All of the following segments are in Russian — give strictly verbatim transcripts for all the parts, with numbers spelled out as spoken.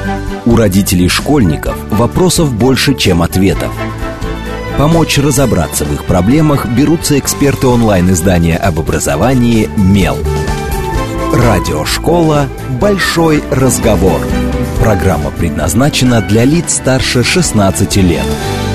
У родителей школьников вопросов больше, чем ответов. Помочь разобраться в их проблемах берутся эксперты онлайн-издания об образовании «Мел». Радиошкола «Большой разговор». Программа предназначена для лиц старше шестнадцати лет.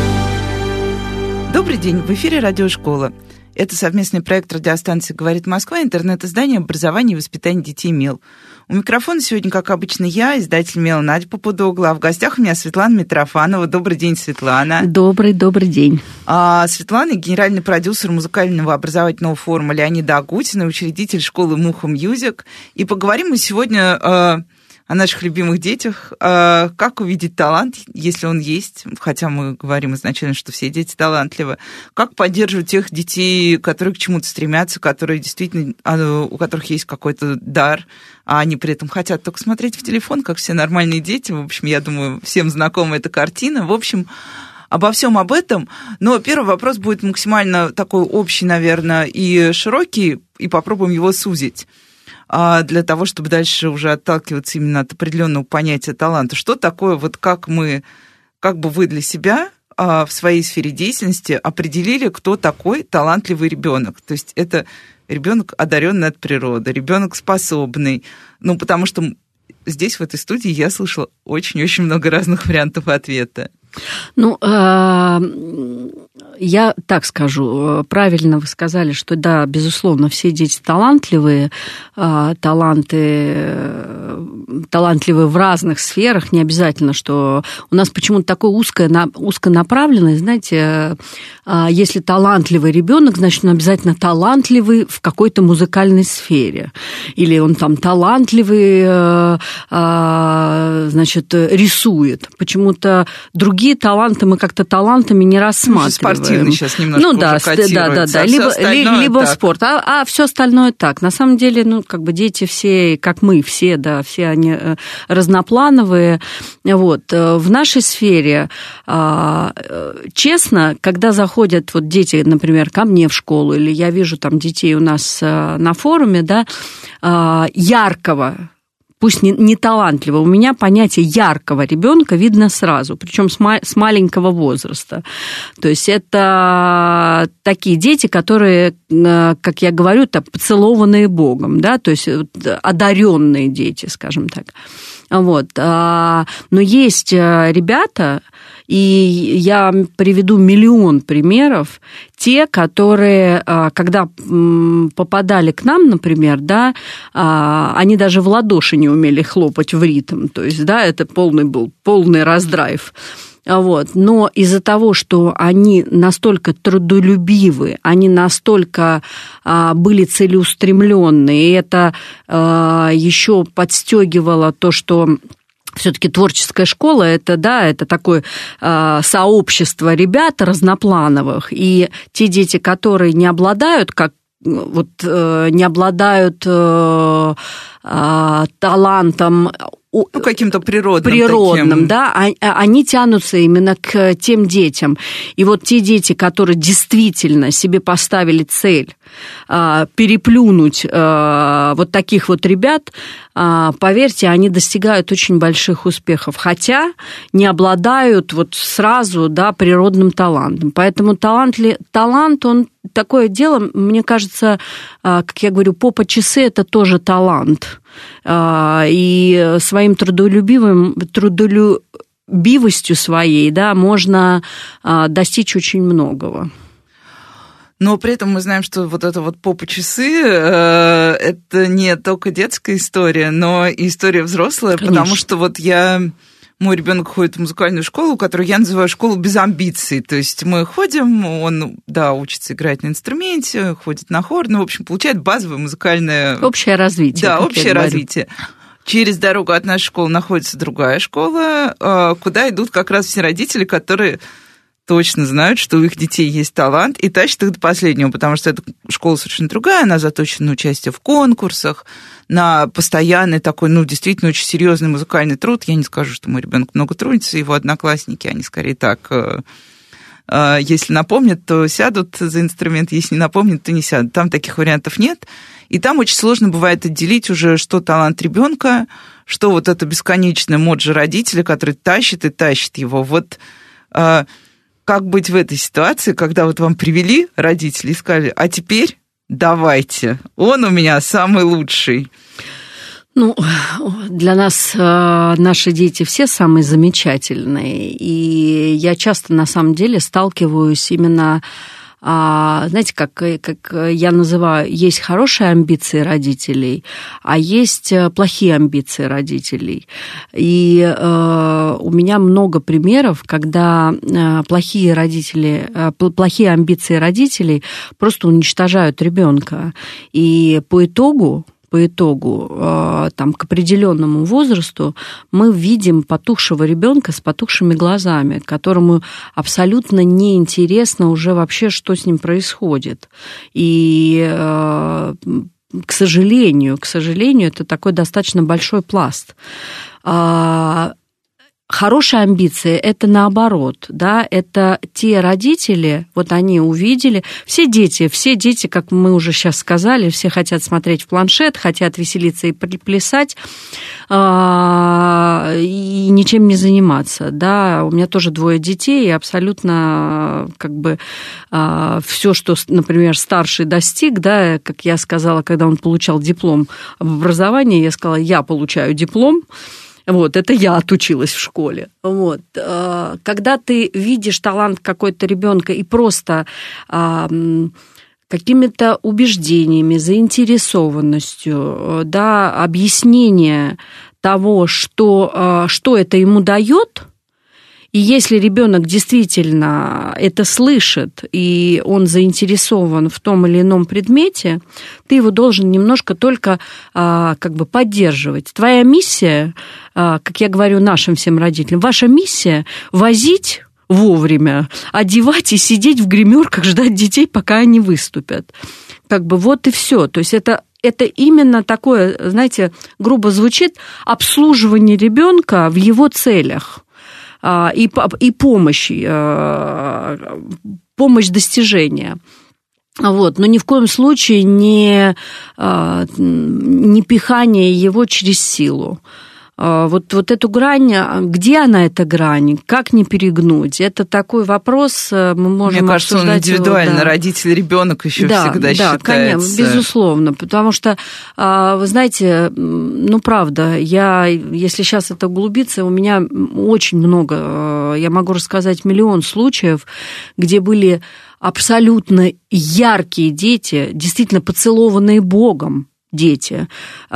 Добрый день, в эфире Радиошкола. Это совместный проект радиостанции «Говорит Москва», интернет-издание образования и воспитания детей «Мел». У микрофона сегодня, как обычно, я, издатель «Мел» Надя Попудогла, а в гостях у меня Светлана Митрофанова. Добрый день, Светлана. Добрый, добрый день. А, Светлана – генеральный продюсер музыкального образовательного форума Леонида Агутина, учредитель школы «Муха Мьюзик». И поговорим мы сегодня э, о наших любимых детях, э, как увидеть талант, если он есть, хотя мы говорим изначально, что все дети талантливы, как поддерживать тех детей, которые к чему-то стремятся, которые действительно, у которых есть какой-то дар, а они при этом хотят только смотреть в телефон, как все нормальные дети. В общем, я думаю, всем знакома эта картина. В общем, обо всем об этом. Но первый вопрос будет максимально такой общий, наверное, и широкий, и попробуем его сузить для того, чтобы дальше уже отталкиваться именно от определенного понятия таланта. Что такое, вот как мы, как бы вы для себя в своей сфере деятельности определили, кто такой талантливый ребенок? То есть это ребенок, одаренный от природы, ребенок способный. Ну, потому что здесь, в этой студии, я слышала очень-очень много разных вариантов ответа. Ну, я так скажу, правильно вы сказали, что да, безусловно, все дети талантливые, таланты, талантливые в разных сферах, не обязательно, что у нас почему-то такое узкое, узконаправленное, знаете, если талантливый ребенок, значит, он обязательно талантливый в какой-то музыкальной сфере, или он там талантливый, значит, рисует. Почему-то другие таланты мы как-то талантами не рассматриваем. Спортивный сейчас немножко ну, да, уже котируется, да, да, да. А либо, либо так. спорт, а, а все остальное так. На самом деле, ну, как бы дети все, как мы все, да, все они разноплановые. Вот. В нашей сфере, честно, когда заходят вот дети, например, ко мне в школу, или я вижу там детей у нас на форуме, да, яркого, пусть не, не талантливого, у меня понятие яркого ребенка видно сразу, причем с, ма- с маленького возраста. То есть это такие дети, которые, как я говорю, это поцелованные Богом, да, то есть одаренные дети, скажем так. Вот. Но есть ребята, и я приведу миллион примеров, те, которые, когда попадали к нам, например, да, они даже в ладоши не умели хлопать в ритм, то есть, да, это полный был, полный раздрайв. Вот. Но из-за того, что они настолько трудолюбивы, они настолько а, были целеустремленные, и это а, еще подстегивало то, что все-таки творческая школа, это, да, это такое э, сообщество ребят разноплановых, и те дети, которые не обладают, как вот э, не обладают э, э, талантом, ну, каким-то природным, природным таким. Да, они тянутся именно к тем детям. И вот те дети, которые действительно себе поставили цель переплюнуть вот таких вот ребят, поверьте, они достигают очень больших успехов, хотя не обладают вот сразу, да, природным талантом. Поэтому талант, талант, он такое дело, мне кажется, как я говорю, попа часы – это тоже талант. И своим трудолюбивым, трудолюбивостью своей, да, можно достичь очень многого. Но при этом мы знаем, что вот это вот попа-часы э, это не только детская история, но и история взрослая, Конечно. Потому что вот я... Мой ребенок ходит в музыкальную школу, которую я называю школу без амбиций. То есть мы ходим, он, да, учится играть на инструменте, ходит на хор, ну, в общем, получает базовое музыкальное... Общее развитие. Да, общее развитие. Через дорогу от нашей школы находится другая школа, куда идут как раз все родители, которые точно знают, что у их детей есть талант, и тащат их до последнего, потому что эта школа совершенно другая, она заточена на участие в конкурсах, на постоянный такой, ну, действительно очень серьезный музыкальный труд. Я не скажу, что мой ребенок много трудится, его одноклассники, они скорее так, если напомнят, то сядут за инструмент, если не напомнят, то не сядут. Там таких вариантов нет. И там очень сложно бывает отделить уже, что талант ребенка, что вот это бесконечная моджа родителя, который тащит и тащит его. Вот э, как быть в этой ситуации, когда вот вам привели родители и сказали, а теперь давайте, он у меня самый лучший. Ну, для нас э, наши дети все самые замечательные, и я часто, на самом деле, сталкиваюсь именно, э, знаете, как, как я называю, есть хорошие амбиции родителей, а есть плохие амбиции родителей. И э, у меня много примеров, когда э, плохие родители, э, плохие амбиции родителей просто уничтожают ребенка, и по итогу по итогу, там, к определенному возрасту мы видим потухшего ребенка с потухшими глазами, которому абсолютно неинтересно уже вообще, что с ним происходит. И, к сожалению, к сожалению, это такой достаточно большой пласт. Хорошие амбиции – это наоборот, да, это те родители, вот они увидели, все дети, все дети, как мы уже сейчас сказали, все хотят смотреть в планшет, хотят веселиться и плясать, и ничем не заниматься, да, у меня тоже двое детей, и абсолютно как бы все, что, например, старший достиг, да, как я сказала, когда он получал диплом об образовании, я сказала, я получаю диплом. Вот, это я отучилась в школе. Вот. Когда ты видишь талант какой-то ребенка и просто какими-то убеждениями, заинтересованностью, да, объяснение того, что, что это ему дает, и если ребенок действительно это слышит, и он заинтересован в том или ином предмете, ты его должен немножко только как бы поддерживать. Твоя миссия, как я говорю нашим всем родителям, ваша миссия – возить вовремя, одевать и сидеть в гримерках, ждать детей, пока они выступят. Как бы вот и все. То есть это Это именно такое, знаете, грубо звучит, обслуживание ребенка в его целях. И, и помощь, помощь достижения. Вот. Но ни в коем случае не, не пихание его через силу. Вот, вот эту грань, где она, эта грань, как не перегнуть, это такой вопрос, мы можем Мне кажется, он индивидуально, его, да. родитель, ребенок еще да, всегда да, считается. Конечно, безусловно, потому что, вы знаете, ну, правда, я, если сейчас это углубиться, у меня очень много, я могу рассказать миллион случаев, где были абсолютно яркие дети, действительно поцелованные Богом, дети,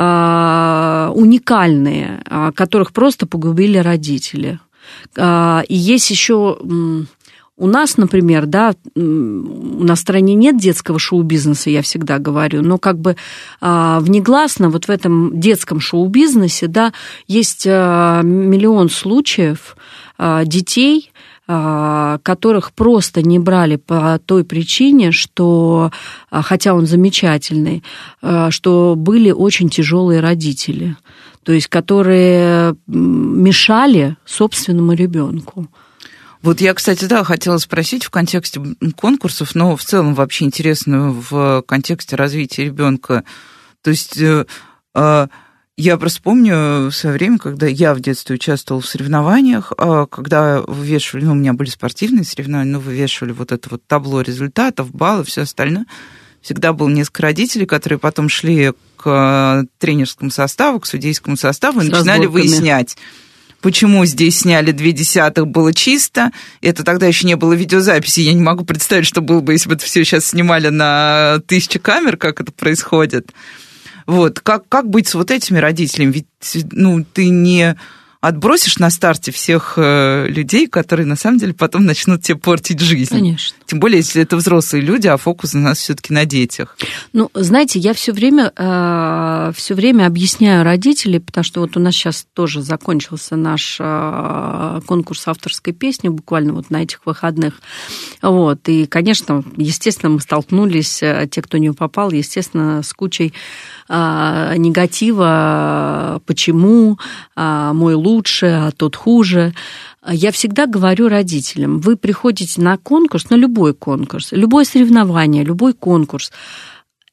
уникальные, которых просто погубили родители. И есть еще у нас, например, да, у нас в стране нет детского шоу-бизнеса, я всегда говорю, но как бы внегласно вот в этом детском шоу-бизнесе, да, есть миллион случаев детей, которых просто не брали по той причине, что, хотя он замечательный, что были очень тяжелые родители, то есть которые мешали собственному ребенку. Вот я, кстати, да, хотела спросить в контексте конкурсов, но в целом вообще интересно в контексте развития ребенка. То есть я просто помню в свое время, когда я в детстве участвовала в соревнованиях, когда вывешивали, ну, у меня были спортивные соревнования, но вывешивали вот это вот табло результатов, баллы, все остальное. Всегда было несколько родителей, которые потом шли к тренерскому составу, к судейскому составу и начинали выяснять, почему здесь сняли две десятых, было чисто. Это тогда еще не было видеозаписи. Я не могу представить, что было бы, если бы это все сейчас снимали на тысячи камер, как это происходит. Вот, как, как быть с вот этими родителями? Ведь, ну, ты не отбросишь на старте всех людей, которые, на самом деле, потом начнут тебе портить жизнь. Конечно. Тем более, если это взрослые люди, а фокус у нас все-таки на детях. Ну, знаете, я все время, э, все время объясняю родителей, потому что вот у нас сейчас тоже закончился наш э, конкурс авторской песни, буквально вот на этих выходных. Вот, и, конечно, естественно, мы столкнулись, те, кто не попал, естественно, с кучей э, негатива, почему э, мой лучше, а тот хуже. Я всегда говорю родителям, вы приходите на конкурс, на любой конкурс, любое соревнование, любой конкурс,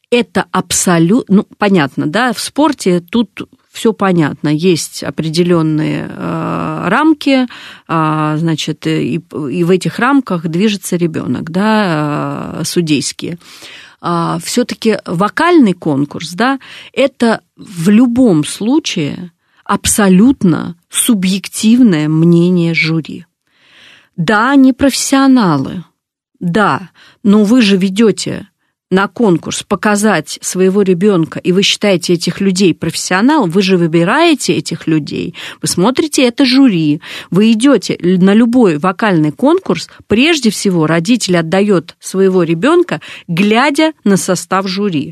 это абсолютно, ну, понятно, да, в спорте тут все понятно, есть определенные э, рамки, э, значит, и, и в этих рамках движется ребенок, да, э, судейские. Э, все-таки вокальный конкурс, да, это в любом случае абсолютно субъективное мнение жюри. Да, они профессионалы, да, но вы же ведете на конкурс показать своего ребенка, и вы считаете этих людей профессионалом, вы же выбираете этих людей, вы смотрите это жюри, вы идете на любой вокальный конкурс, прежде всего родитель отдает своего ребенка, глядя на состав жюри.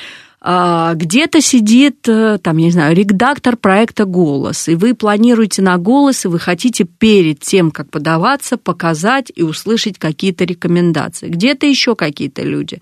Где-то сидит, там, я не знаю, редактор проекта «Голос», и вы планируете на «Голос», и вы хотите перед тем, как подаваться, показать и услышать какие-то рекомендации. Где-то еще какие-то люди.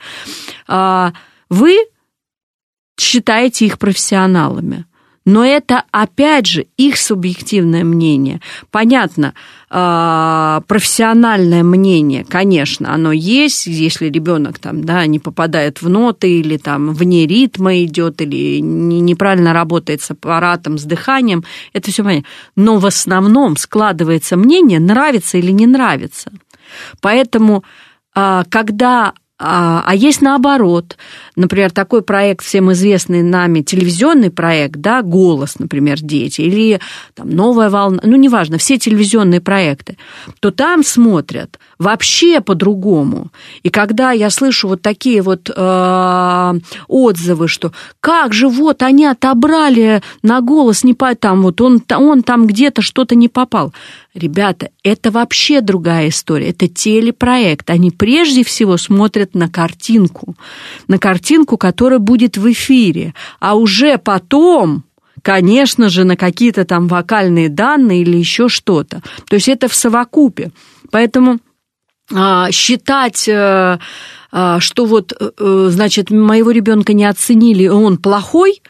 Вы считаете их профессионалами. Но это, опять же, их субъективное мнение. Понятно, профессиональное мнение, конечно, оно есть, если ребенок там, да, не попадает в ноты или там вне ритма идет, или неправильно работает с аппаратом, с дыханием, это все понятно. Но в основном складывается мнение, нравится или не нравится. Поэтому, когда... А есть наоборот. Например, такой проект, всем известный нами, телевизионный проект, да, «Голос», например, «Дети», или там, «Новая волна», ну, неважно, все телевизионные проекты, то там смотрят вообще по-другому. И когда я слышу вот такие вот э, отзывы, что как же вот они отобрали на «Голос», не по, там, вот он, он там где-то что-то не попал. Ребята, это вообще другая история, это телепроект. Они прежде всего смотрят на картинку, на картинку, которая будет в эфире, а уже потом, конечно же, на какие-то там вокальные данные или еще что-то. То есть это в совокупе. Поэтому а, считать... А, а, что вот, а, значит, моего ребенка не оценили, он плохой.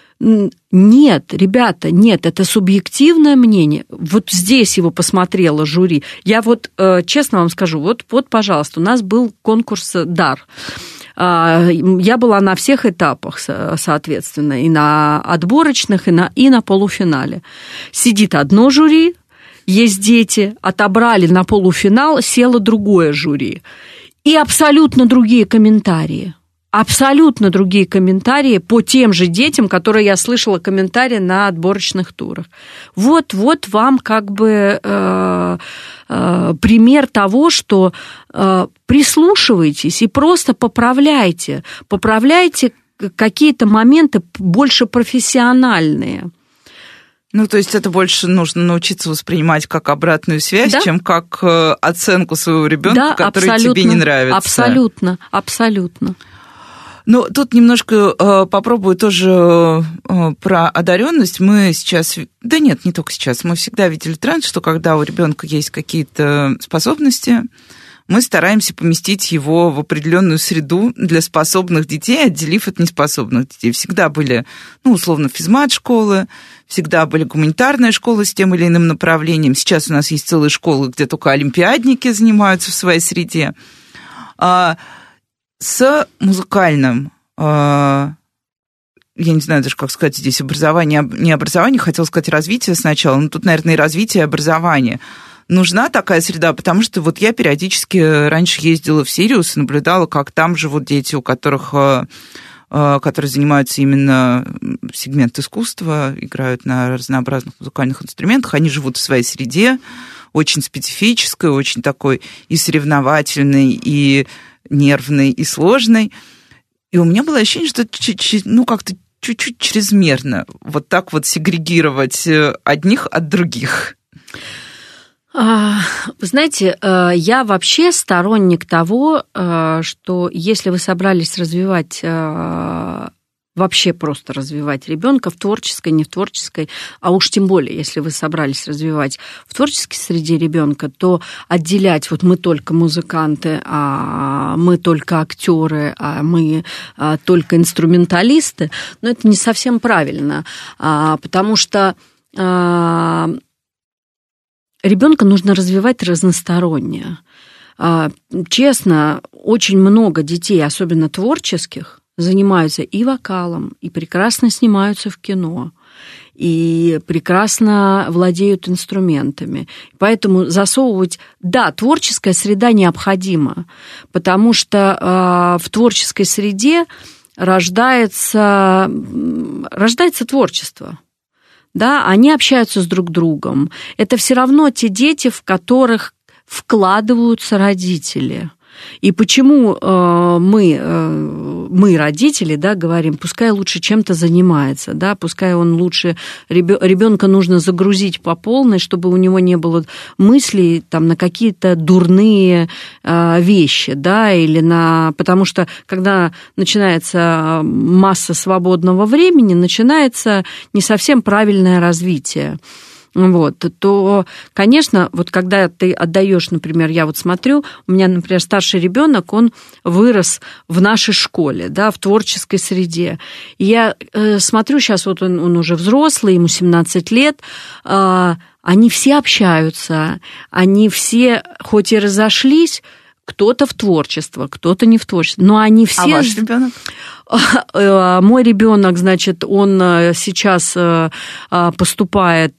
Нет, ребята, нет, это субъективное мнение. Вот здесь его посмотрело жюри. Я вот, честно вам скажу, вот, вот, пожалуйста, у нас был конкурс «Дар». Я была на всех этапах, соответственно, и на отборочных, и на, и на полуфинале. Сидит одно жюри, есть дети, отобрали на полуфинал, село другое жюри. И абсолютно другие комментарии. Абсолютно другие комментарии по тем же детям, которые я слышала комментарии на отборочных турах. Вот, вот вам как бы э, э, пример того, что э, прислушивайтесь и просто поправляйте, поправляйте какие-то моменты больше профессиональные. Ну, то есть это больше нужно научиться воспринимать как обратную связь, да? Чем как э, оценку своего ребенка, да, который тебе не нравится. Абсолютно, абсолютно. Ну, тут немножко э, попробую тоже э, про одаренность. Мы сейчас, да нет, не только сейчас, мы всегда видели тренд, что когда у ребенка есть какие-то способности, мы стараемся поместить его в определенную среду для способных детей, отделив от неспособных детей. Всегда были, ну, условно, физмат-школы, всегда были гуманитарные школы с тем или иным направлением. Сейчас у нас есть целые школы, где только олимпиадники занимаются в своей среде. С музыкальным, я не знаю даже, как сказать здесь, образование, не образование, хотела сказать развитие сначала, но тут, наверное, и развитие, и образование. Нужна такая среда, потому что вот я периодически раньше ездила в Сириус и наблюдала, как там живут дети, у которых, которые занимаются именно сегмент искусства, играют на разнообразных музыкальных инструментах, они живут в своей среде, очень специфической, очень такой и соревновательной, и нервной и сложной. И у меня было ощущение, что ну, как-то чуть-чуть чрезмерно вот так вот сегрегировать одних от других. Вы знаете, я вообще сторонник того, что если вы собрались развивать, вообще просто развивать ребенка в творческой, не в творческой, а уж тем более, если вы собрались развивать в творческой среде ребенка, то отделять вот мы только музыканты, а мы только актеры, а мы только инструменталисты, но это не совсем правильно, потому что ребенка нужно развивать разносторонне. Честно, очень много детей, особенно творческих, занимаются и вокалом, и прекрасно снимаются в кино, и прекрасно владеют инструментами. Поэтому засовывать... Да, творческая среда необходима, потому что э, в творческой среде рождается, рождается творчество. Да, они общаются с друг другом. Это все равно те дети, в которых вкладываются родители. И почему э, мы, э, мы, родители, да, говорим, пускай лучше чем-то занимается, да, пускай он лучше, ребенка нужно загрузить по полной, чтобы у него не было мыслей там, на какие-то дурные э, вещи, да, или на... Потому что когда начинается масса свободного времени, начинается не совсем правильное развитие. Вот, то, конечно, вот когда ты отдаешь, например, я вот смотрю, у меня, например, старший ребенок, он вырос в нашей школе, да, в творческой среде. И я э, смотрю, сейчас вот он, он уже взрослый, ему семнадцать лет, э, они все общаются, они все, хоть и разошлись, кто-то в творчество, кто-то не в творчество, но они все... А ваш ребенок? Мой ребенок, значит, он сейчас поступает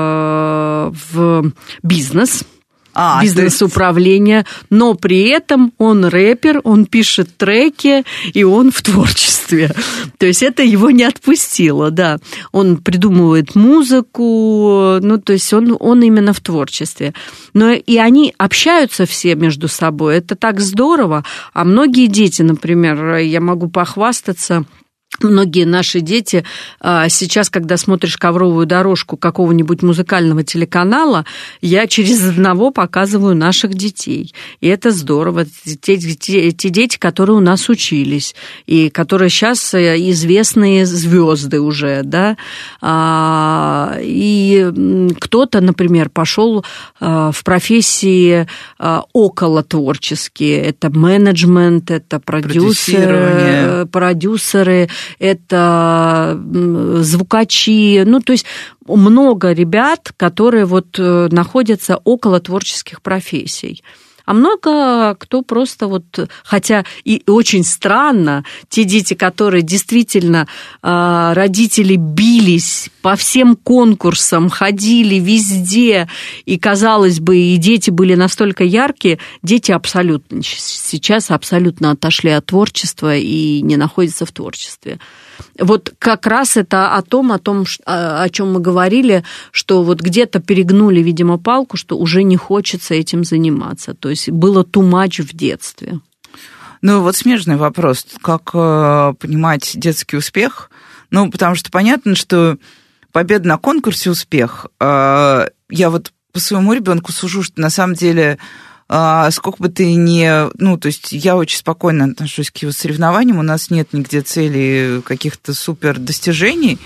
в бизнес, а, бизнес-управление, но при этом он рэпер, он пишет треки, и он в творчестве. То есть это его не отпустило, да. Он придумывает музыку, ну, то есть он, он именно в творчестве. Но и они общаются все между собой, это так здорово. А многие дети, например, я могу похвастаться, многие наши дети сейчас, когда смотришь ковровую дорожку какого-нибудь музыкального телеканала, я через одного показываю наших детей. И это здорово. Те, те, те дети, которые у нас учились, и которые сейчас известные звезды уже, да. И кто-то, например, пошел в профессии околотворческие. Это менеджмент, это продюсеры, продюсеры, это звукачи, ну, то есть много ребят, которые вот находятся около творческих профессий. А много кто просто вот, хотя и очень странно, те дети, которые действительно родители бились по всем конкурсам, ходили везде, и, казалось бы, и дети были настолько яркие, дети абсолютно сейчас абсолютно отошли от творчества и не находятся в творчестве. Вот как раз это о том, о том, о чем мы говорили, что вот где-то перегнули, видимо, палку, что уже не хочется этим заниматься. То есть было too much в детстве. Ну, вот смежный вопрос. Как э, понимать детский успех? Ну, потому что понятно, что победа на конкурсе успех. Э, я вот по своему ребенку сужу, что на самом деле... А сколько бы ты ни... Ну, то есть я очень спокойно отношусь к его соревнованиям, у нас нет нигде цели каких-то супер достижений.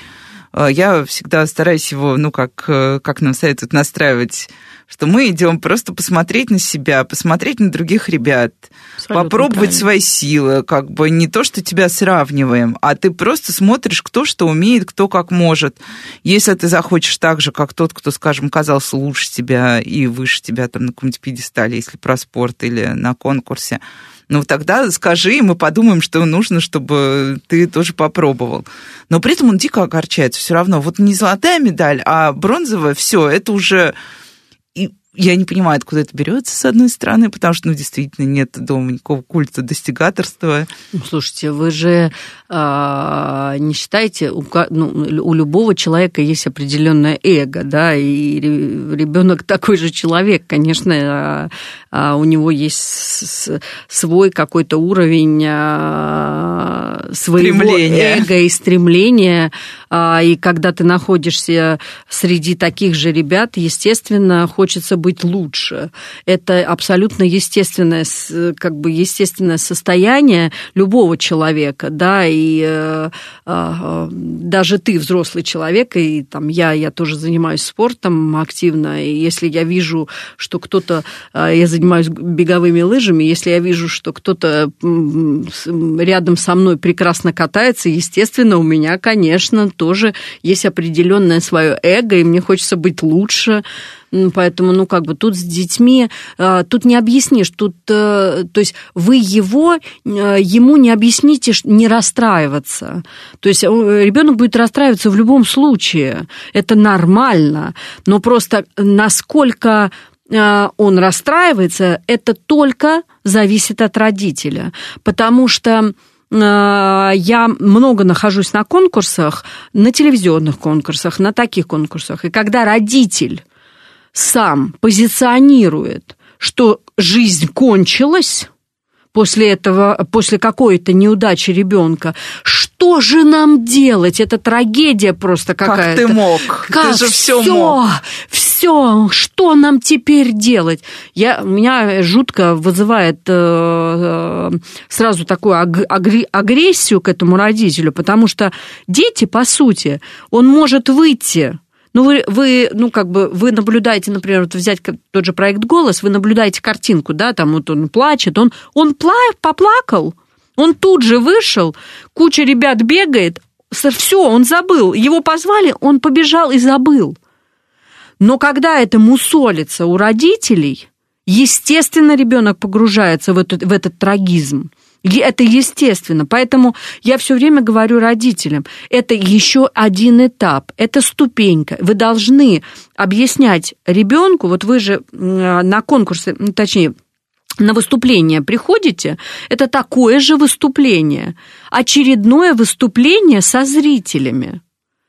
Я всегда стараюсь его, ну, как, как нам советуют, настраивать, что мы идем просто посмотреть на себя, посмотреть на других ребят, абсолютно попробовать правильно. Свои силы, как бы не то, что тебя сравниваем, а ты просто смотришь, кто что умеет, кто как может. Если ты захочешь так же, как тот, кто, скажем, казался лучше тебя и выше тебя там на каком-нибудь пьедестале, если про спорт или на конкурсе, ну, тогда скажи, и мы подумаем, что нужно, чтобы ты тоже попробовал. Но при этом он дико огорчается все равно. Вот не золотая медаль, а бронзовая, все, это уже... И я не понимаю, откуда это берется, с одной стороны, потому что, ну, действительно, нет дома никакого культа достигаторства. Ну, слушайте, вы же э, не считаете, у, ну, у любого человека есть определенное эго, да, и ребенок такой же человек, конечно, э, э, у него есть свой какой-то уровень э, своего стремления. Эго и стремления, э, и когда ты находишься среди таких же ребят, естественно, хочется быть лучше. Это абсолютно естественное, как бы естественное состояние любого человека, да, и э, э, даже ты взрослый человек, и там я, я тоже занимаюсь спортом активно, и если я вижу, что кто-то, э, я занимаюсь беговыми лыжами, если я вижу, что кто-то рядом со мной прекрасно катается, естественно, у меня, конечно, тоже есть определенное свое эго, и мне хочется быть лучше. Поэтому, ну, как бы тут с детьми, тут не объяснишь, тут, то есть вы его, ему не объясните не расстраиваться. То есть ребенок будет расстраиваться в любом случае, это нормально, но просто насколько он расстраивается, это только зависит от родителя, потому что я много нахожусь на конкурсах, на телевизионных конкурсах, на таких конкурсах, и когда родитель сам позиционирует, что жизнь кончилась после этого, после какой-то неудачи ребенка, что же нам делать? Это трагедия просто какая-то. Как ты мог? Как ты же все всё, мог. Все, что нам теперь делать? Я, меня жутко вызывает э, сразу такую агрессию к этому родителю, потому что дети, по сути, он может выйти. Ну, вы, вы, ну, как бы, вы наблюдаете, например, вот взять тот же проект «Голос», вы наблюдаете картинку, да, там вот он плачет, он, он пла- поплакал, он тут же вышел, куча ребят бегает, все, он забыл, его позвали, он побежал и забыл. Но когда это мусолится у родителей, естественно, ребенок погружается в этот, в этот трагизм. Это естественно. Поэтому я все время говорю родителям, это еще один этап, это ступенька. Вы должны объяснять ребенку, вот вы же на конкурсы, точнее, на выступление приходите, это такое же выступление, очередное выступление со зрителями.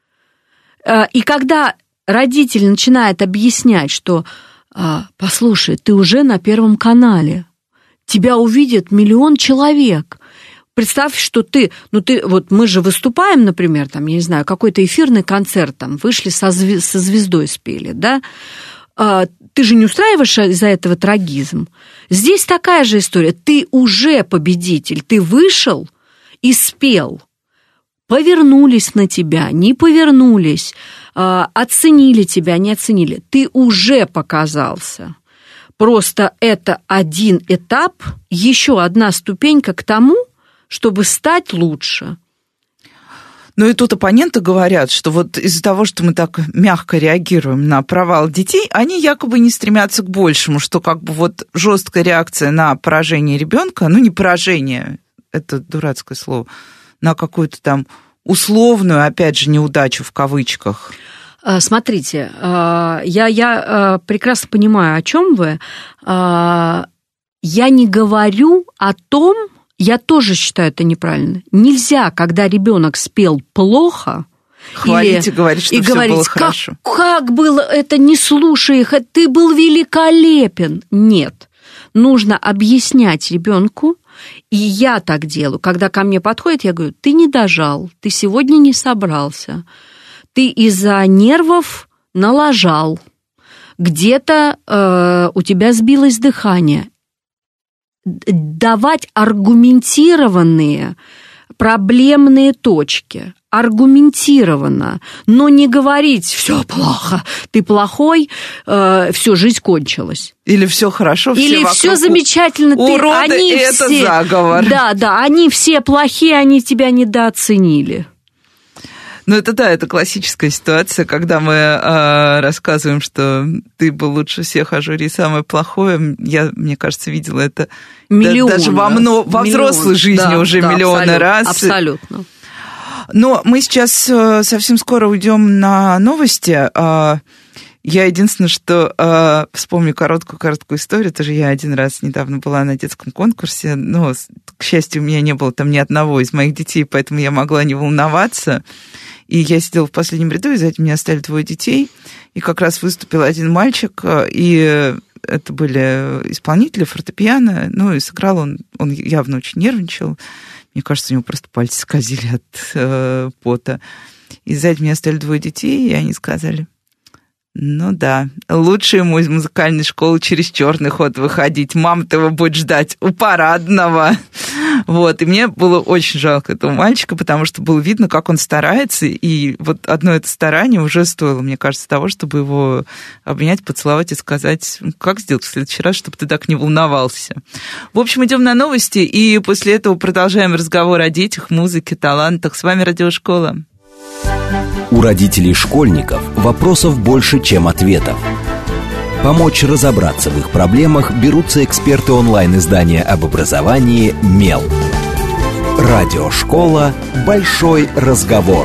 И когда родитель начинает объяснять, что, послушай, ты уже на Первом канале, тебя увидит миллион человек. Представь, что ты, ну ты, вот мы же выступаем, например, там, я не знаю, какой-то эфирный концерт, там, вышли со, звезд, со звездой спели, да, а, ты же не устраиваешь из-за этого трагизм. Здесь такая же история, ты уже победитель, ты вышел и спел, повернулись на тебя, не повернулись, а, оценили тебя, не оценили, ты уже показался. Просто это один этап, еще одна ступенька к тому, чтобы стать лучше. Ну и тут оппоненты говорят, что вот из-за того, что мы так мягко реагируем на провал детей, они якобы не стремятся к большему, что как бы вот жесткая реакция на поражение ребенка, ну не поражение, это дурацкое слово, на какую-то там условную, опять же, неудачу в кавычках. Смотрите, я, я прекрасно понимаю, о чем вы. Я не говорю о том, я тоже считаю это неправильно. Нельзя, когда ребенок спел плохо, хвалить и говорить, что и все говорить, было хорошо. Как, как было это, не слушай их, ты был великолепен. Нет, нужно объяснять ребенку. И я так делаю. Когда ко мне подходит, я говорю, ты не дожал, ты сегодня не собрался. Ты из-за нервов налажал, где-то э, у тебя сбилось дыхание. Давать аргументированные проблемные точки, аргументированно, но не говорить «все плохо, ты плохой, э, все, жизнь кончилась». Или «все хорошо, все Или «все замечательно, ты, уроды, они это все, заговор». Да, да, они все плохие, они тебя недооценили. Ну, это да, это классическая ситуация, когда мы э, рассказываем, что ты был лучше всех, а жюри самое плохое. Я, мне кажется, видела это миллион да, даже во, мно, во взрослой жизни да, уже да, миллионы абсолютно, раз. Абсолютно. Но мы сейчас э, совсем скоро уйдем на новости. Э, я единственное, что э, вспомню короткую-короткую историю. Тоже я один раз недавно была на детском конкурсе, но, к счастью, у меня не было там ни одного из моих детей, поэтому я могла не волноваться. И я сидела в последнем ряду, и за этим меня оставили двое детей. И как раз выступил один мальчик, и это были исполнители фортепиано. Ну, и сыграл он, он явно очень нервничал. Мне кажется, у него просто пальцы скользили от э, пота. И сзади меня оставили двое детей, и они сказали, ну да, лучше ему из музыкальной школы через черный ход выходить. Мама-то его будет ждать у парадного. Вот, и мне было очень жалко этого мальчика, потому что было видно, как он старается, и вот одно это старание уже стоило, мне кажется, того, чтобы его обнять, поцеловать и сказать, как сделать в следующий раз, чтобы ты так не волновался. В общем, идем на новости, и после этого продолжаем разговор о детях, музыке, талантах. С вами Радиошкола. У родителей школьников вопросов больше, чем ответов. Помочь разобраться в их проблемах берутся эксперты онлайн-издания об образовании «Мел». Радиошкола «Большой разговор».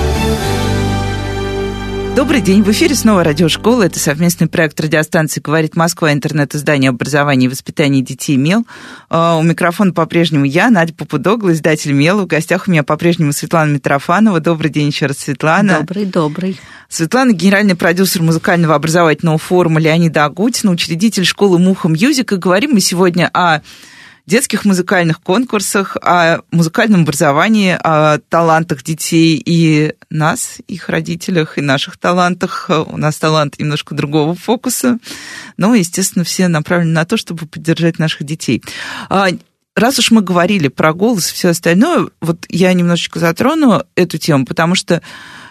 Добрый день, в эфире снова радиошкола. Это совместный проект радиостанции «Говорит Москва», интернет-издание об образовании и воспитании детей «Мел». У микрофона по-прежнему я, Надя Попудогла, издатель «Мела». В гостях у меня по-прежнему Светлана Митрофанова. Добрый день еще раз, Светлана. Добрый, добрый. Светлана – генеральный продюсер музыкального образовательного форума Леонида Агутина, учредитель школы «Муха Мьюзик». И говорим мы сегодня о детских музыкальных конкурсах, о музыкальном образовании, о талантах детей и нас, их родителях, и наших талантах. У нас талант немножко другого фокуса, но, естественно, все направлены на то, чтобы поддержать наших детей. Раз уж мы говорили про голос и все остальное, вот я немножечко затрону эту тему, потому что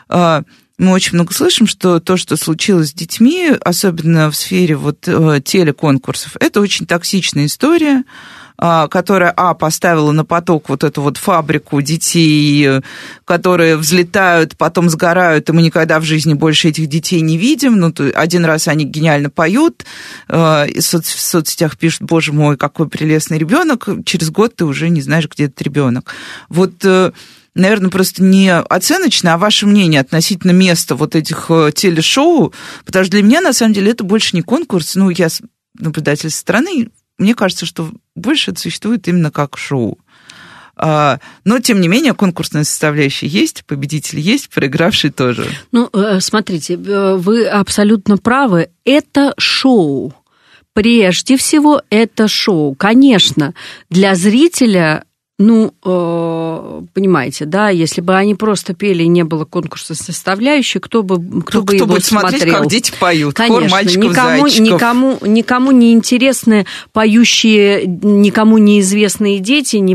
мы очень много слышим, что то, что случилось с детьми, особенно в сфере вот телеконкурсов, это очень токсичная история, которая, а, поставила на поток вот эту вот фабрику детей, которые взлетают, потом сгорают, и мы никогда в жизни больше этих детей не видим. Ну, то один раз они гениально поют, и в соцсетях пишут: боже мой, какой прелестный ребенок, через год ты уже не знаешь, где этот ребенок. Вот, наверное, просто не оценочно, а ваше мнение относительно места вот этих телешоу, потому что для меня, на самом деле, это больше не конкурс, ну, я наблюдатель со стороны. Мне кажется, что больше это существует именно как шоу. Но, тем не менее, конкурсная составляющая есть, победители есть, проигравшие тоже. Ну, смотрите, вы абсолютно правы. Это шоу. Прежде всего, это шоу. Конечно, для зрителя... Ну, понимаете, да, если бы они просто пели и не было конкурса составляющей, кто бы, кто кто, бы кто его будет смотреть, смотрел? Как дети поют, конечно, хор мальчиков, никому, зайчиков. Никому, никому не интересны поющие, никому неизвестные дети, не,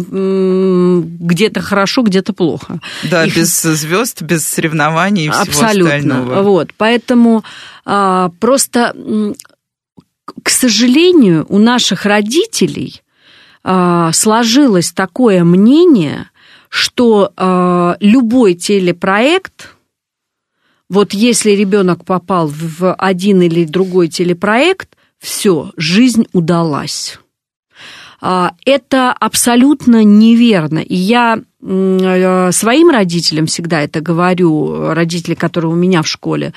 где-то хорошо, где-то плохо. Да, Их... без звезд, без соревнований и всего Абсолютно. остального. Вот, поэтому а, просто, к сожалению, у наших родителей сложилось такое мнение, что э, любой телепроект, вот если ребенок попал в один или другой телепроект, все, жизнь удалась. Э, это абсолютно неверно. И я э, своим родителям всегда это говорю, родители, которые у меня в школе,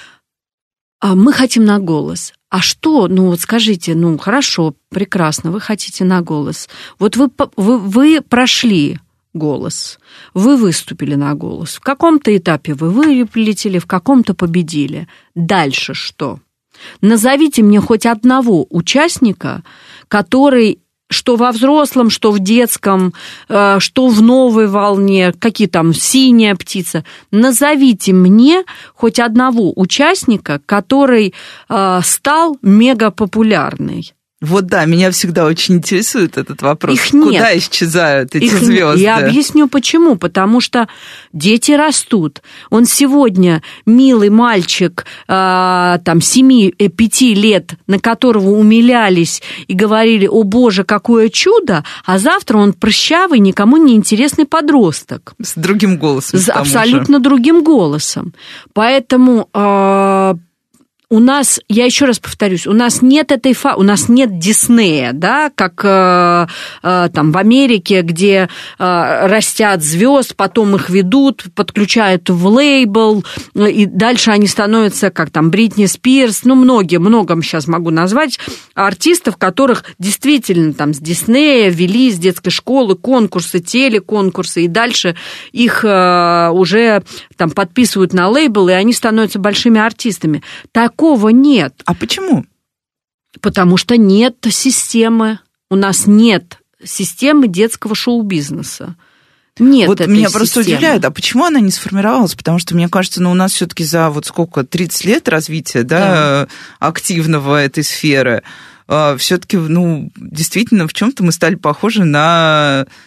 мы хотим на голос. А что? Ну, вот скажите, ну, хорошо, прекрасно, вы хотите на голос. Вот вы, вы, вы прошли голос, вы выступили на голос. В каком-то этапе вы вылетели, в каком-то победили. Дальше что? Назовите мне хоть одного участника, который... что во взрослом, что в детском, что в новой волне, какие там «Синяя птица». Назовите мне хоть одного участника, который стал мегапопулярный. Вот да, меня всегда очень интересует этот вопрос. Их нет. Куда исчезают эти Их звезды? Я объясню, почему. Потому что дети растут. Он сегодня милый мальчик, э, там, семи-пяти лет, на которого умилялись и говорили: о боже, какое чудо, а завтра он прыщавый, никому не интересный подросток. С другим голосом. С абсолютно же. другим голосом. Поэтому... Э, У нас, я еще раз повторюсь, у нас нет этой фа... у нас нет Диснея, да, как э, э, там в Америке, где э, растят звезд, потом их ведут, подключают в лейбл, и дальше они становятся, как там Бритни Спирс, ну, многие, много сейчас могу назвать артистов, которых действительно там с Диснея вели, с детской школы, конкурсы, телеконкурсы, и дальше их э, уже там подписывают на лейбл, и они становятся большими артистами. Так Такого нет. А почему? Потому что нет системы. У нас нет системы детского шоу-бизнеса. Нет вот этой меня системы. Просто удивляет, а почему она не сформировалась? Потому что, мне кажется, ну, у нас все-таки за вот сколько, тридцать лет развития, да, да. активного этой сферы, все-таки, ну, действительно, в чем-то мы стали похожи на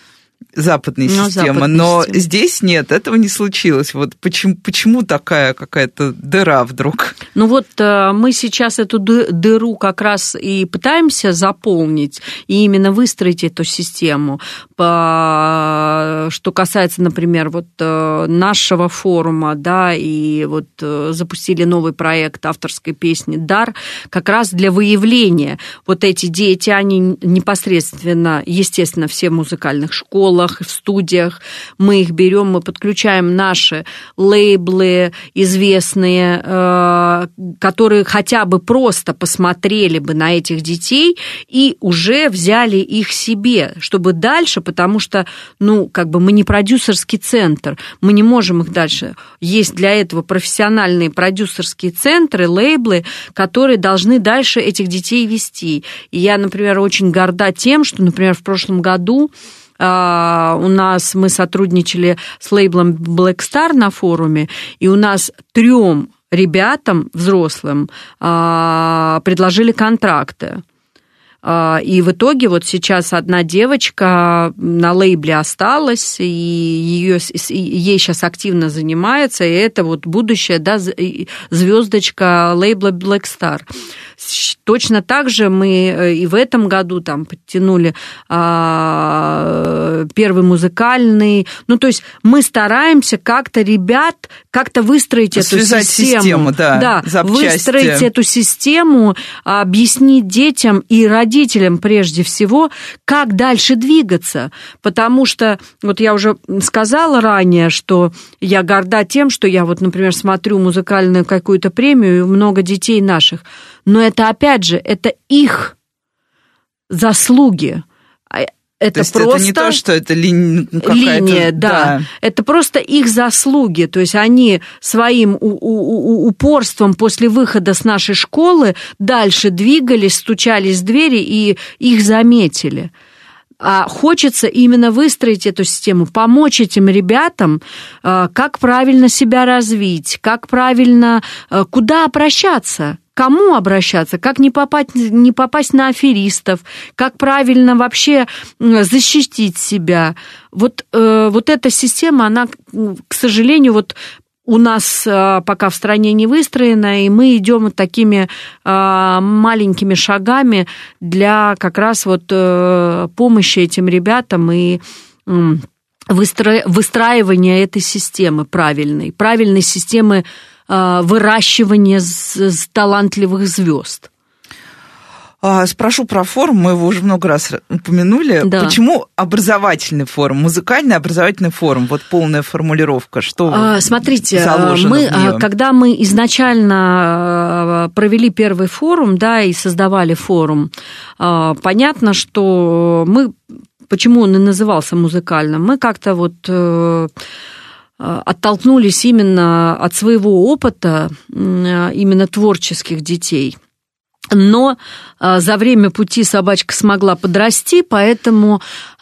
западной ну, системы, западной но системы. Здесь нет, этого не случилось. Вот почему, почему такая какая-то дыра вдруг? Ну вот мы сейчас эту дыру как раз и пытаемся заполнить, и именно выстроить эту систему. Что касается, например, вот нашего форума, да, и вот запустили новый проект авторской песни «Дар», как раз для выявления. Вот эти дети, они непосредственно, естественно, все в музыкальных школах, в студиях, мы их берем, мы подключаем наши лейблы известные, которые хотя бы просто посмотрели бы на этих детей и уже взяли их себе, чтобы дальше, потому что, ну, как бы мы не продюсерский центр, мы не можем их дальше. Есть для этого профессиональные продюсерские центры, лейблы, которые должны дальше этих детей вести. И я, например, очень горда тем, что, например, в прошлом году Uh, у нас мы сотрудничали с лейблом Black Star на форуме, и у нас трем ребятам, взрослым, uh, предложили контракты. Uh, и в итоге вот сейчас одна девочка на лейбле осталась, и ее, ей сейчас активно занимается, и это вот будущая, да, звездочка лейбла Black Star. Точно так же мы и в этом году там подтянули а, первый музыкальный. Ну, то есть мы стараемся как-то ребят, как-то выстроить связать эту систему. систему, да, да, выстроить эту систему, объяснить детям и родителям прежде всего, как дальше двигаться. Потому что, вот я уже сказала ранее, что я горда тем, что я вот, например, смотрю музыкальную какую-то премию, и много детей наших. Но это, опять же, это их заслуги. Это то есть просто это не то, что это ли... линия, да. да. Это просто их заслуги. То есть они своим у- у- упорством после выхода с нашей школы дальше двигались, стучались в двери, и их заметили. А хочется именно выстроить эту систему, помочь этим ребятам, как правильно себя развить, как правильно, куда обращаться. Кому обращаться, как не попасть, не попасть на аферистов, как правильно вообще защитить себя. Вот, э, вот эта система, она, к сожалению, вот у нас э, пока в стране не выстроена, и мы идем вот такими э, маленькими шагами для как раз вот э, помощи этим ребятам и э, выстро... выстраивания этой системы правильной, правильной системы выращивание талантливых звезд. Спрошу про форум, мы его уже много раз упомянули. Да. Почему образовательный форум, музыкальный образовательный форум? Вот полная формулировка, что Смотрите, заложено мы, в неё? Когда мы изначально провели первый форум, да, и создавали форум, понятно, что мы, почему он и назывался музыкальным, мы как-то вот... оттолкнулись именно от своего опыта, именно творческих детей. Но за время пути собачка смогла подрасти, поэтому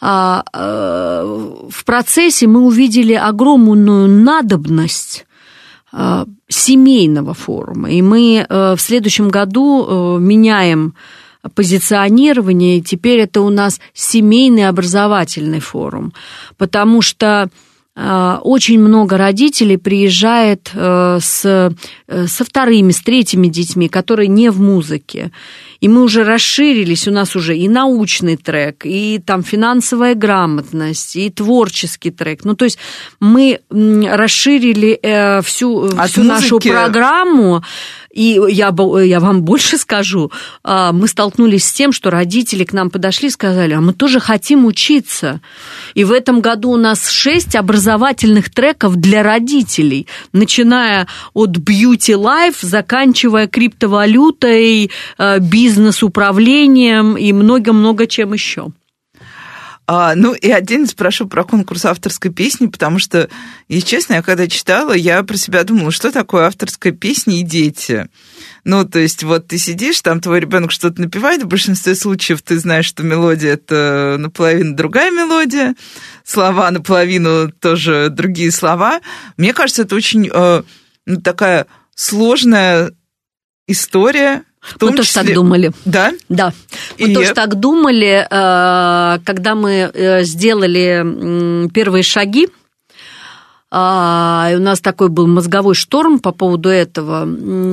в процессе мы увидели огромную надобность семейного форума. И мы в следующем году меняем позиционирование, и теперь это у нас семейный образовательный форум, потому что очень много родителей приезжает с, со вторыми, с третьими детьми, которые не в музыке. И мы уже расширились, у нас уже и научный трек, и там финансовая грамотность, и творческий трек. Ну, то есть мы расширили всю, всю нашу программу. И я, я вам больше скажу, мы столкнулись с тем, что родители к нам подошли и сказали, а мы тоже хотим учиться. И в этом году у нас шесть образовательных треков для родителей, начиная от Beauty Life, заканчивая криптовалютой, бизнес-управлением и много-много чем еще. А, ну, и отдельно спрошу про конкурс авторской песни, потому что, если честно, я когда читала, я про себя думала, что такое авторская песня и дети. Ну, то есть, вот ты сидишь, там твой ребенок что-то напевает, в большинстве случаев ты знаешь, что мелодия – это наполовину другая мелодия, слова наполовину тоже другие слова. Мне кажется, это очень э, ну, такая сложная история. Мы тоже так думали. Да? Да. Мы и... тоже так думали, когда мы сделали первые шаги. И у нас такой был мозговой шторм по поводу этого.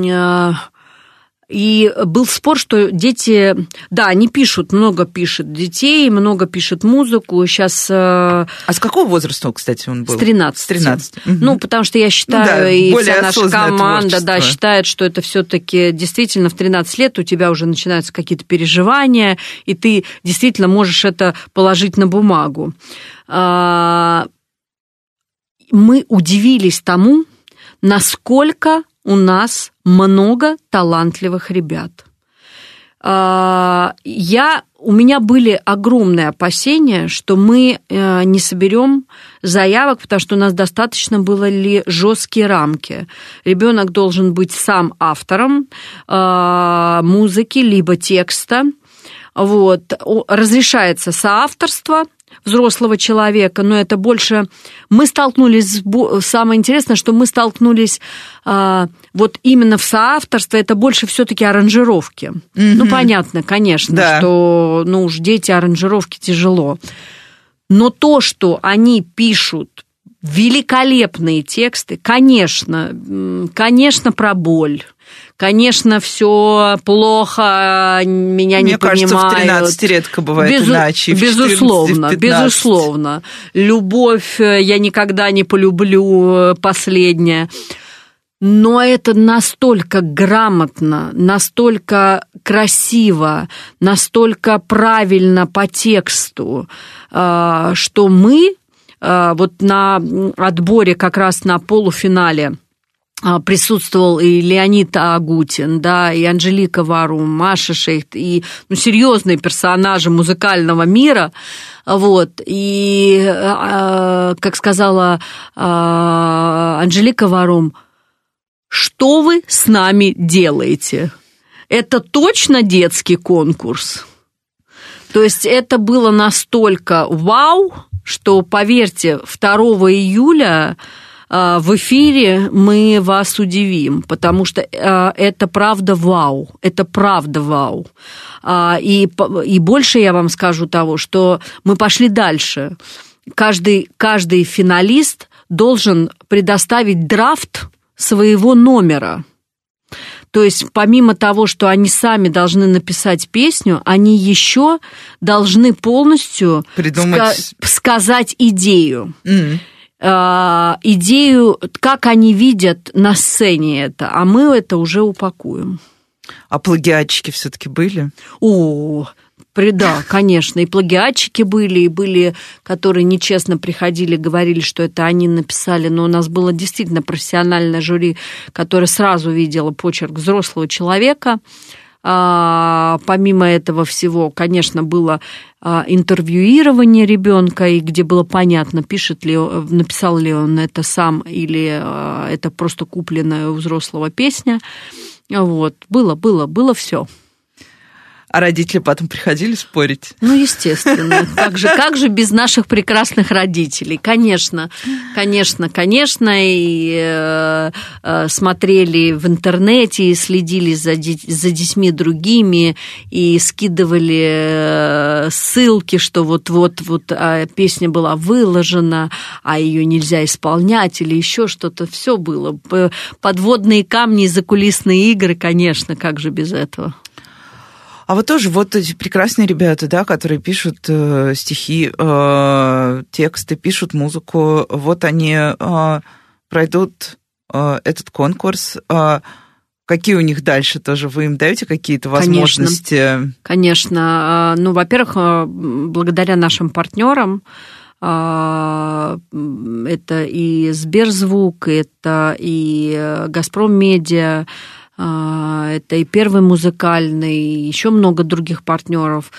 И был спор, что дети, да, они пишут, много пишут детей, много пишут музыку. Сейчас... А с какого возраста, кстати, он был? С тринадцати. С тринадцати. Ну, потому что я считаю, ну, да, и вся наша команда да, считает, что это все-таки действительно в тринадцать лет у тебя уже начинаются какие-то переживания, и ты действительно можешь это положить на бумагу. Мы удивились тому, насколько у нас много талантливых ребят. Я, у меня были огромные опасения, что мы не соберем заявок, потому что у нас достаточно было ли жесткие рамки. Ребенок должен быть сам автором музыки либо текста. Вот. Разрешается соавторство взрослого человека, но это больше... Мы столкнулись... Самое интересное, что мы столкнулись а, вот именно в соавторстве, это больше все-таки аранжировки. Mm-hmm. Ну, понятно, конечно, да. что ну уж дети, аранжировки тяжело. Но то, что они пишут великолепные тексты, конечно, конечно, про боль. Конечно, все плохо, меня Мне не кажется, понимают. В тринадцать редко бывает Безу... иначе. Безусловно, безусловно. Любовь я никогда не полюблю, последняя. Но это настолько грамотно, настолько красиво, настолько правильно по тексту, что мы вот на отборе как раз на полуфинале присутствовал и Леонид Агутин, да, и Анжелика Варум, Маша Шейхт, и ну, серьезные персонажи музыкального мира, вот, и, как сказала Анжелика Варум, что вы с нами делаете? Это точно детский конкурс? То есть это было настолько вау, что, поверьте, второго июля в эфире мы вас удивим, потому что это правда вау, это правда вау. И, и больше я вам скажу того, что мы пошли дальше. Каждый, каждый финалист должен предоставить драфт своего номера. То есть помимо того, что они сами должны написать песню, они еще должны полностью ска- сказать идею. Mm-hmm. идею, как они видят на сцене это, а мы это уже упакуем. А плагиатчики все-таки были? О, да, конечно, и плагиатчики были, и были, которые нечестно приходили, говорили, что это они написали, но у нас было действительно профессиональное жюри, которое сразу видело почерк взрослого человека. А, помимо этого всего, конечно, было а, интервьюирование ребенка, и где было понятно, пишет ли, написал ли он это сам или а, это просто купленная у взрослого песня. Вот. Было, было, было все. А родители потом приходили спорить? Ну, естественно. Как же, как же без наших прекрасных родителей? Конечно, конечно, конечно. И э, э, смотрели в интернете, и следили за, за детьми другими, и скидывали ссылки, что вот-вот вот, а песня была выложена, а ее нельзя исполнять, или еще что-то. Все было. Подводные камни, закулисные игры, конечно, как же без этого? А вот тоже вот эти прекрасные ребята, да, которые пишут э, стихи, э, тексты, пишут музыку, вот они э, пройдут э, этот конкурс. Э, какие у них дальше тоже? Вы им даете какие-то возможности? Конечно, конечно. Ну, во-первых, благодаря нашим партнерам, это и Сберзвук, это и Газпром Медиа, это и Первый музыкальный, и еще много других партнеров.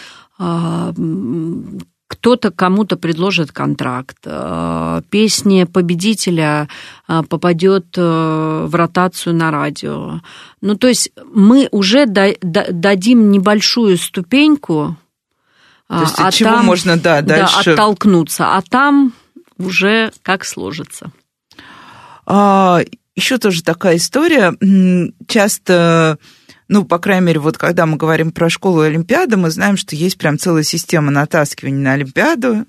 Кто-то кому-то предложит контракт. Песня победителя попадет в ротацию на радио. Ну, то есть мы уже дадим небольшую ступеньку, то есть а от чего там, можно, да, дальше... да, оттолкнуться, а там уже как сложится. А... Еще тоже такая история. Часто ну, по крайней мере, вот когда мы говорим про школу и Олимпиаду, мы знаем, что есть прям целая система натаскивания на Олимпиаду.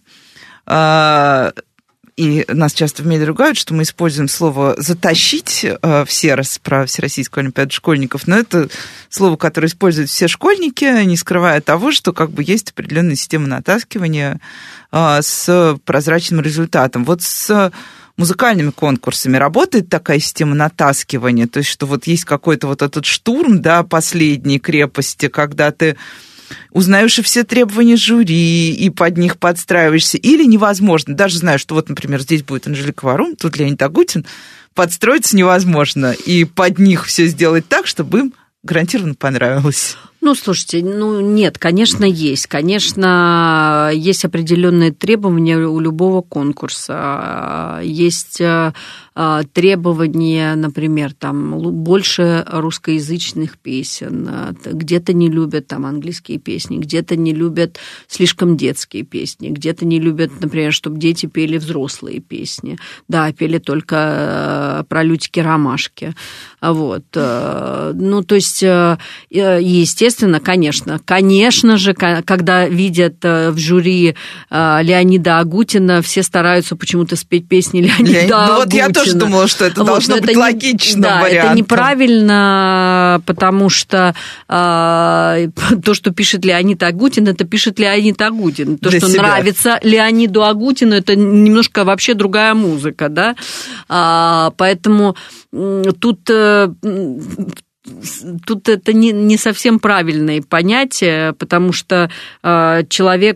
И нас часто в медиа ругают, что мы используем слово «затащить» в СЕРОС про Всероссийскую Олимпиаду школьников, но это слово, которое используют все школьники, не скрывая того, что как бы есть определенная система натаскивания с прозрачным результатом. Вот с музыкальными конкурсами работает такая система натаскивания, то есть что вот есть какой-то вот этот штурм, да, последней крепости, когда ты узнаешь и все требования жюри, и под них подстраиваешься, или невозможно, даже зная, что вот, например, здесь будет Анжелика Варум, тут Леонид Агутин, подстроиться невозможно, и под них все сделать так, чтобы им гарантированно понравилось. Ну, слушайте, ну нет, конечно, есть. Конечно, есть определенные требования у любого конкурса. Есть требования, например, там больше русскоязычных песен, где-то не любят там английские песни, где-то не любят слишком детские песни, где-то не любят, например, чтобы дети пели взрослые песни. Да, пели только про лютики-ромашки. Вот. Ну, то есть, естественно, Естественно, конечно, конечно же, когда видят в жюри Леонида Агутина, все стараются почему-то спеть песни Леонида Леонид... Агутина. Ну вот я тоже думала, что это вот, должно быть это логичным не... да, вариантом. Это неправильно, потому что а, то, что пишет Леонид Агутин, это пишет Леонид Агутин. То, Для что себя. Нравится Леониду Агутину, это немножко вообще другая музыка, да, а, поэтому тут... Тут это не, не совсем правильное понятие, потому что э, человек,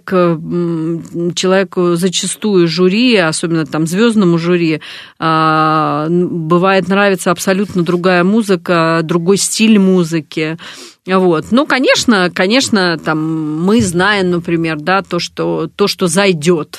человеку зачастую жюри, особенно там звездному жюри, э, бывает нравится абсолютно другая музыка, другой стиль музыки. Вот. Ну, конечно, конечно, там мы знаем, например, да, то, что, то, что зайдет.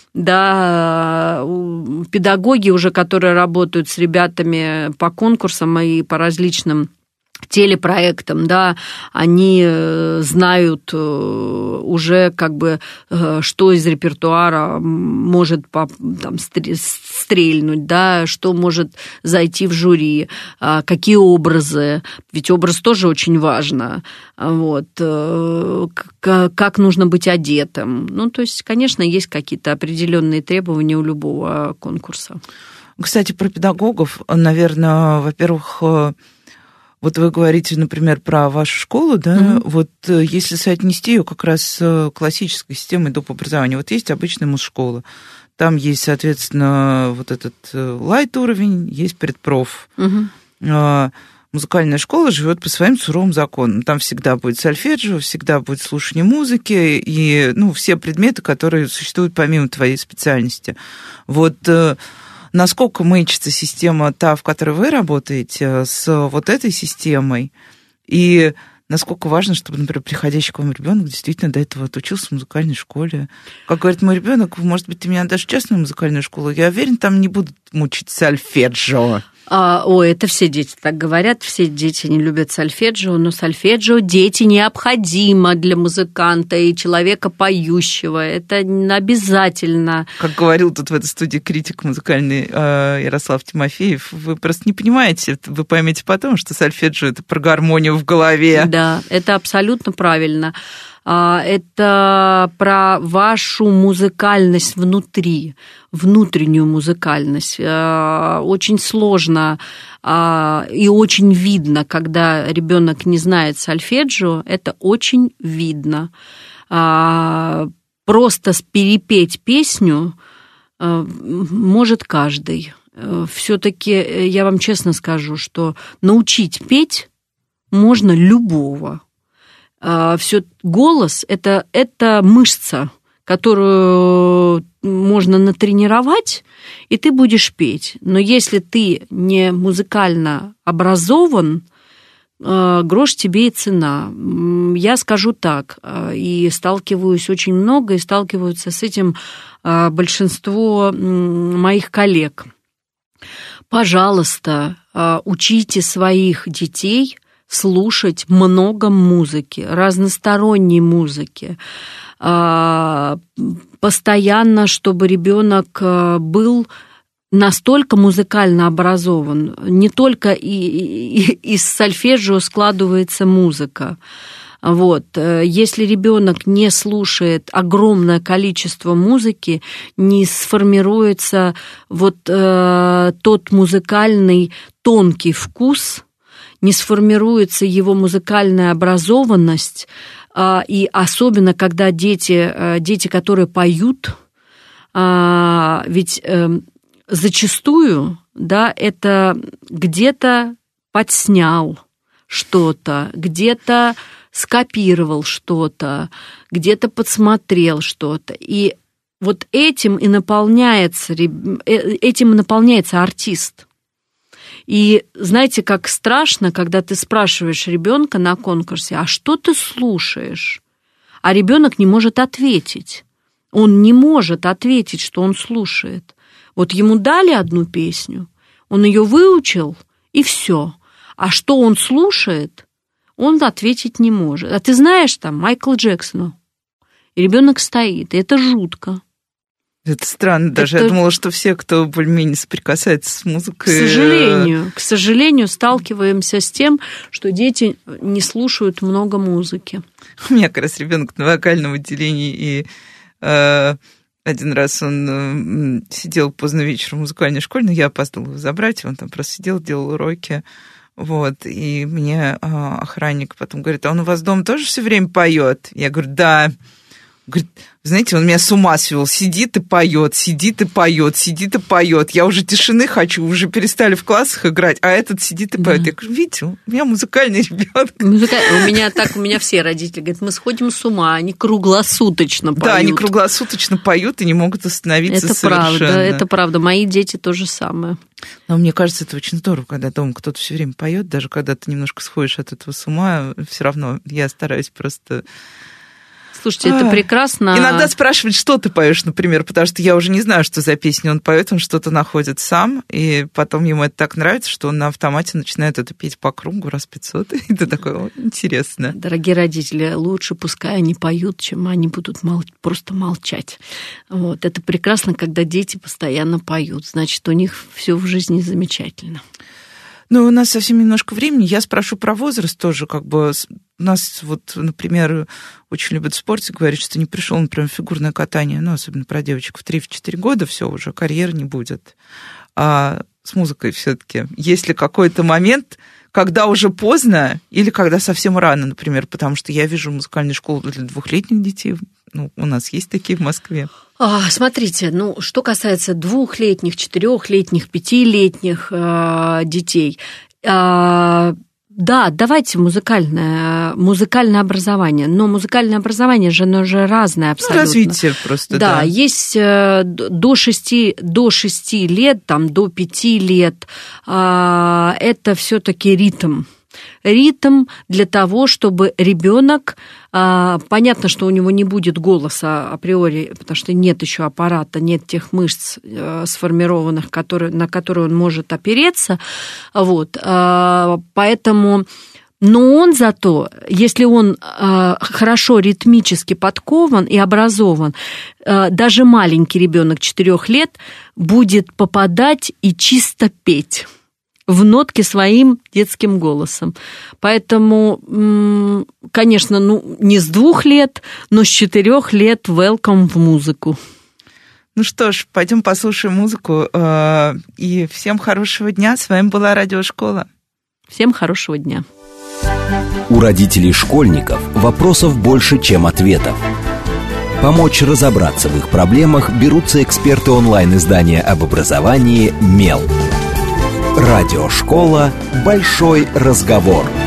Да, педагоги уже, которые работают с ребятами по конкурсам и по различным телепроектам, да, они знают уже как бы, что из репертуара может там стрельнуть, да, что может зайти в жюри, какие образы, ведь образ тоже очень важно, вот, как нужно быть одетым. Ну, то есть, конечно, есть какие-то определенные требования у любого конкурса. Кстати, про педагогов, наверное, во-первых, вот вы говорите, например, про вашу школу, да, mm-hmm. вот если соотнести ее как раз с классической системой доп. Образования, вот есть обычная музшкола, там есть, соответственно, вот этот лайт-уровень, есть предпроф. Mm-hmm. Музыкальная школа живет по своим суровым законам. Там всегда будет сольфеджио, всегда будет слушание музыки и, ну, все предметы, которые существуют помимо твоей специальности. Вот... Насколько мэчится система та, в которой вы работаете, с вот этой системой, и насколько важно, чтобы, например, приходящий к вам ребенок действительно до этого отучился в музыкальной школе. Как говорит мой ребенок, может быть, ты меня отдашь в частную музыкальную школу, я уверен, там не будут мучить сольфеджио. А, ой, это все дети так говорят, все дети не любят сольфеджио, но сольфеджио дети необходимо для музыканта и человека поющего, это обязательно. Как говорил тут в этой студии критик музыкальный Ярослав Тимофеев, вы просто не понимаете, вы поймете потом, что сольфеджио – это про гармонию в голове. Да, это абсолютно правильно. Это про вашу музыкальность внутри, внутреннюю музыкальность. Очень сложно и очень видно, когда ребенок не знает сольфеджио, это очень видно. Просто перепеть песню может каждый. Все-таки я вам честно скажу, что научить петь можно любого. Все голос это, это мышца, которую можно натренировать, и ты будешь петь. Но если ты не музыкально образован, грош тебе и цена. Я скажу так, и сталкиваюсь очень много, и сталкиваются с этим большинство моих коллег. Пожалуйста, учите своих детей слушать много музыки, разносторонней музыки. Постоянно, чтобы ребенок был настолько музыкально образован, не только и, и, из сольфеджио складывается музыка. Вот. Если ребенок не слушает огромное количество музыки, не сформируется вот э, тот музыкальный тонкий вкус, не сформируется его музыкальная образованность, э, и особенно когда дети, э, дети, которые поют, э, ведь э, зачастую, да, это где-то подснял что-то, где-то скопировал что-то, где-то подсмотрел что-то. И вот этим и наполняется, этим и наполняется артист. И знаете, как страшно, когда ты спрашиваешь ребенка на конкурсе, а что ты слушаешь? А ребенок не может ответить. Он не может ответить, что он слушает. Вот ему дали одну песню, он ее выучил, и все. А что он слушает, он ответить не может. А ты знаешь, там, Майкла Джексона. И ребенок стоит, и это жутко. Это странно даже. Это... Я думала, что все, кто более-менее соприкасается с музыкой... К сожалению, к сожалению, сталкиваемся с тем, что дети не слушают много музыки. У меня как раз ребенок на вокальном отделении, и э, один раз он э, сидел поздно вечером в музыкальной школе, но я опоздала его забрать, он там просто сидел, делал уроки. Вот, и мне а, охранник потом говорит, а он у вас дома тоже все время поет? Я говорю, да. Говорит, знаете, он меня с ума свел, сидит и поет, сидит и поет, сидит и поет. Я уже тишины хочу, уже перестали в классах играть, а этот сидит и поет. Да. Я говорю, видите, у меня музыкальный ребенок. Музыка... У меня так, у меня все родители говорят, мы сходим с ума, они круглосуточно поют. Да, они круглосуточно поют и не могут остановиться это совершенно. Это правда, это правда. Мои дети то же самое. Но мне кажется, это очень здорово, когда дома кто-то все время поет, даже когда ты немножко сходишь от этого с ума, все равно я стараюсь просто... Слушайте, это прекрасно. Иногда спрашивают, что ты поешь, например, потому что я уже не знаю, что за песню он поет, он что-то находит сам, и потом ему это так нравится, что он на автомате начинает это петь по кругу раз пятьсот, и это такое интересно. Дорогие родители, лучше пускай они поют, чем они будут мол... просто молчать. Вот. Это прекрасно, когда дети постоянно поют, значит, у них все в жизни замечательно. Ну, у нас совсем немножко времени. Я спрошу про возраст тоже. Как бы у нас, вот, например, очень любят в спорте говорить, что не пришел, например, фигурное катание, ну, особенно про девочек в три-четыре года, все уже, карьеры не будет. А с музыкой все-таки есть ли какой-то момент, когда уже поздно или когда совсем рано, например, потому что я вижу музыкальную школу для двухлетних детей. Ну, у нас есть такие в Москве. А, смотрите, ну, что касается двухлетних, четырехлетних, пятилетних э, детей, э, да, давайте музыкальное, музыкальное образование, но музыкальное образование же, оно же разное абсолютно. Ну, развитие просто, да. Да, есть э, до шести, до шести лет, там, до пяти лет, э, это все-таки ритм. Ритм для того, чтобы ребенок, понятно, что у него не будет голоса априори, потому что нет еще аппарата, нет тех мышц сформированных, которые, на которые он может опереться, вот, поэтому, но он зато, если он хорошо ритмически подкован и образован, даже маленький ребенок четырёх лет будет попадать и чисто петь в нотке своим детским голосом. Поэтому, конечно, ну, не с двух лет, но с четырех лет welcome в музыку. Ну что ж, пойдем послушаем музыку. И всем хорошего дня. С вами была Радиошкола. Всем хорошего дня. У родителей школьников вопросов больше, чем ответов. Помочь разобраться в их проблемах берутся эксперты онлайн-издания об образовании «Мел». Радиошкола «Большой разговор».